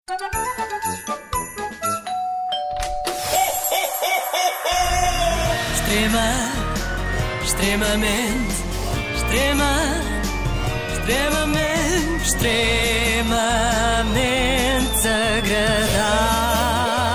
Extremamente agradável.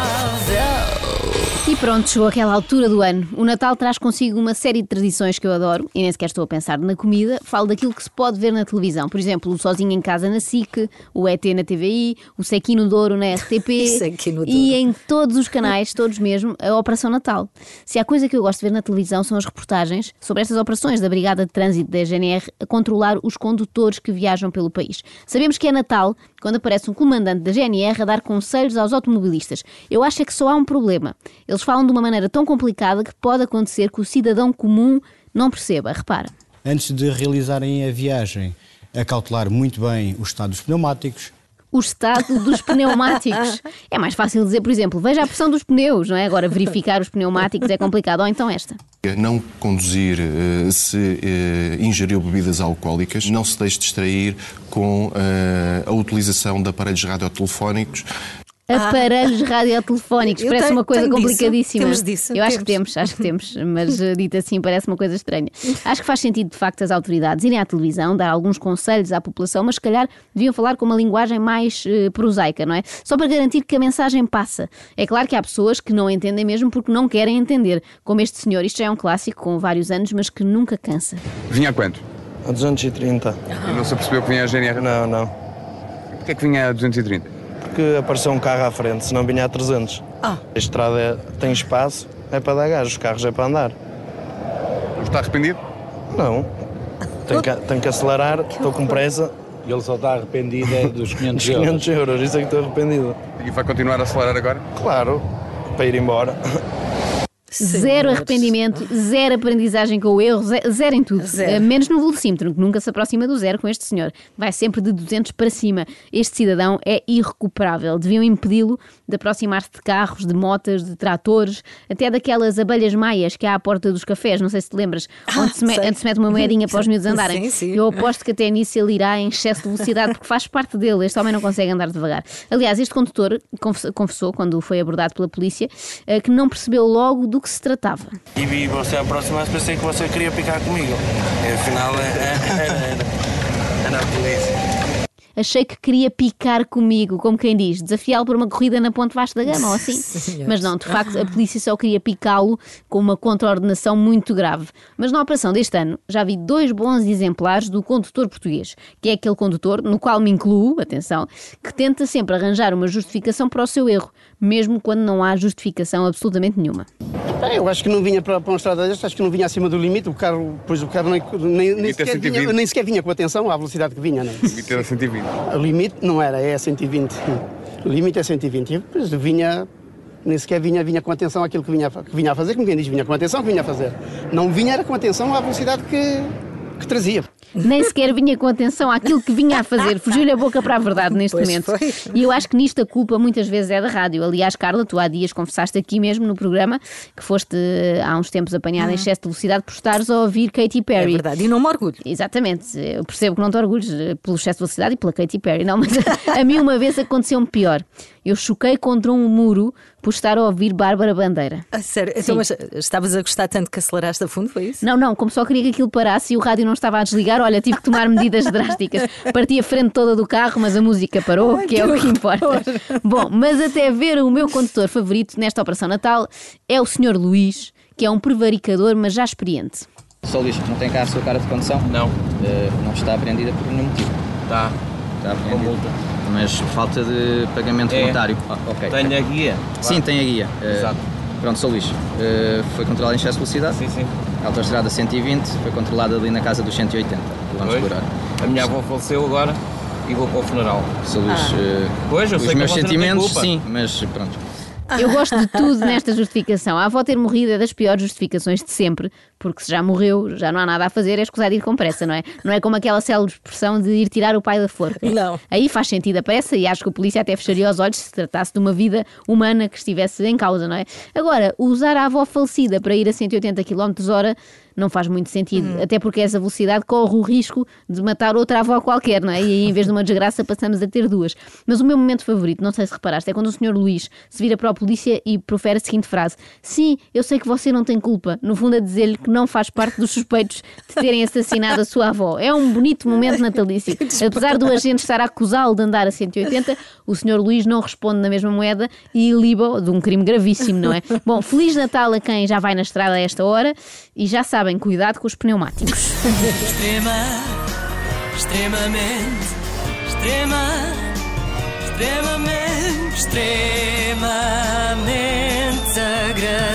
E pronto, chegou aquela altura do ano. O Natal traz consigo uma série de tradições que eu adoro e nem sequer estou a pensar na comida. Falo daquilo que se pode ver na televisão. Por exemplo, o Sozinho em Casa na SIC, o ET na TVI, o Sequinho de Ouro na RTP e em todos os canais, todos mesmo, a Operação Natal. Se há coisa que eu gosto de ver na televisão são as reportagens sobre estas operações da Brigada de Trânsito da GNR a controlar os condutores que viajam pelo país. Sabemos que é Natal quando aparece um comandante da GNR a dar conselhos aos automobilistas. Eu acho é que só há um problema. Eles falam de uma maneira tão complicada que pode acontecer que o cidadão comum não perceba. Repara. Antes de realizarem a viagem, acautelar muito bem o estado dos pneumáticos. O estado dos pneumáticos. É mais fácil dizer, por exemplo, veja a pressão dos pneus, não é? Agora, verificar os pneumáticos é complicado. Ou então esta. Não conduzir se ingeriu bebidas alcoólicas, não se deixe distrair com a utilização de aparelhos radiotelefónicos. Aparelhos radiotelefónicos, parece uma coisa complicadíssima. Temos disso. Acho que temos, mas dito assim parece uma coisa estranha. Acho que faz sentido de facto as autoridades irem à televisão, dar alguns conselhos à população, mas se calhar deviam falar com uma linguagem mais prosaica, não é? Só para garantir que a mensagem passa. É claro que há pessoas que não entendem mesmo porque não querem entender, como este senhor. Isto já é um clássico com vários anos, mas que nunca cansa. Vinha a quanto? A 230. E não se apercebeu que vinha a GNR? Não. Porquê é que vinha a 230? Porque apareceu um carro à frente, senão vinha a 300. A estrada tem espaço, é para dar gás, os carros é para andar. Não está arrependido? Não. Tenho que acelerar, estou com pressa. E ele só está arrependido dos 500 Dos 500 euros, isso é que estou arrependido. E vai continuar a acelerar agora? Claro, para ir embora. Zero arrependimento, zero aprendizagem com o erro, zero em tudo. Menos no velocímetro, que nunca se aproxima do zero com este senhor. Vai sempre de 200 para cima. Este cidadão é irrecuperável. Deviam impedi-lo de aproximar-se de carros, de motas, de tratores, até daquelas abelhas maias que há à porta dos cafés, não sei se te lembras, onde se mete uma moedinha para os miúdos andarem. Sim. Eu aposto que até nisso ele irá em excesso de velocidade, porque faz parte dele. Este homem não consegue andar devagar. Aliás, este condutor confessou, quando foi abordado pela polícia, que não percebeu logo do que se tratava. E vi você aproximar-se, pensei que você queria picar comigo. E afinal era a polícia. Achei que queria picar comigo, como quem diz, desafiá-lo por uma corrida na Ponte Vasco da Gama, ou assim. Mas não, de facto, a polícia só queria picá-lo com uma contraordenação muito grave. Mas na operação deste ano, já vi 2 bons exemplares do condutor português, que é aquele condutor, no qual me incluo, atenção, que tenta sempre arranjar uma justificação para o seu erro, mesmo quando não há justificação absolutamente nenhuma. Eu acho que não vinha para uma estrada desta, acho que não vinha acima do limite, o carro nem sequer vinha com atenção à velocidade que vinha. Não é? O limite era 120. O limite não era, é 120. O limite é 120. Depois nem sequer vinha com atenção àquilo que vinha a fazer, como quem diz, vinha com atenção que vinha a fazer. Não vinha era com atenção à velocidade que trazia. Nem sequer vinha com atenção àquilo que vinha a fazer. Fugiu-lhe a boca para a verdade neste momento. Foi. E eu acho que nisto a culpa muitas vezes é da rádio. Aliás, Carla, tu há dias confessaste aqui mesmo no programa que foste há uns tempos apanhada em excesso de velocidade por estares a ouvir Katy Perry. É verdade, e não me orgulho. Exatamente. Eu percebo que não te orgulhos pelo excesso de velocidade e pela Katy Perry. Não, mas a mim uma vez aconteceu-me pior. Eu choquei contra um muro por estar a ouvir Bárbara Bandeira. Sério? Então, mas estavas a gostar tanto que aceleraste a fundo, foi isso? Não, como só queria que aquilo parasse e o rádio não estava a desligar, olha, tive que tomar medidas drásticas. Parti a frente toda do carro, mas a música parou, que é o que importa. Bom, mas até ver o meu condutor favorito nesta Operação Natal é o Sr. Luís, que é um prevaricador, mas já experiente. Só Luís, não tem cá a sua cara de condução? Não. Não está apreendida por nenhum motivo? Está apreendida. com multa. Mas falta de pagamento voluntário? Ok. Tenho a guia. Sim, tem a guia. Exato. Pronto, Sr. Luís, foi controlado em excesso de velocidade? Sim. A autoestrada 120 foi controlada ali na casa dos 180 km por hora. A minha avó faleceu agora e vou para o funeral. Sr. Luís, eu sei os meus que sentimentos, sim, mas pronto. Eu gosto de tudo nesta justificação. A avó ter morrido é das piores justificações de sempre, porque se já morreu, já não há nada a fazer, é escusar de ir com pressa, não é? Não é como aquela célebre expressão de ir tirar o pai da forca. Não. Aí faz sentido a pressa e acho que a polícia até fecharia os olhos se tratasse de uma vida humana que estivesse em causa, não é? Agora, usar a avó falecida para ir a 180 km/h não faz muito sentido. Até porque essa velocidade corre o risco de matar outra avó qualquer, não é? E aí, em vez de uma desgraça, passamos a ter duas. Mas o meu momento favorito, não sei se reparaste, é quando o Sr. Luís se vira para a polícia e profere a seguinte frase: sim, eu sei que você não tem culpa. No fundo, a dizer-lhe que não faz parte dos suspeitos de terem assassinado a sua avó. É um bonito momento natalício. Apesar do agente estar a acusá-lo de andar a 180, o Sr. Luís não responde na mesma moeda e iliba de um crime gravíssimo, não é? Bom, Feliz Natal a quem já vai na estrada a esta hora e já sabem, cuidado com os pneumáticos. Extremamente extremamente agradável.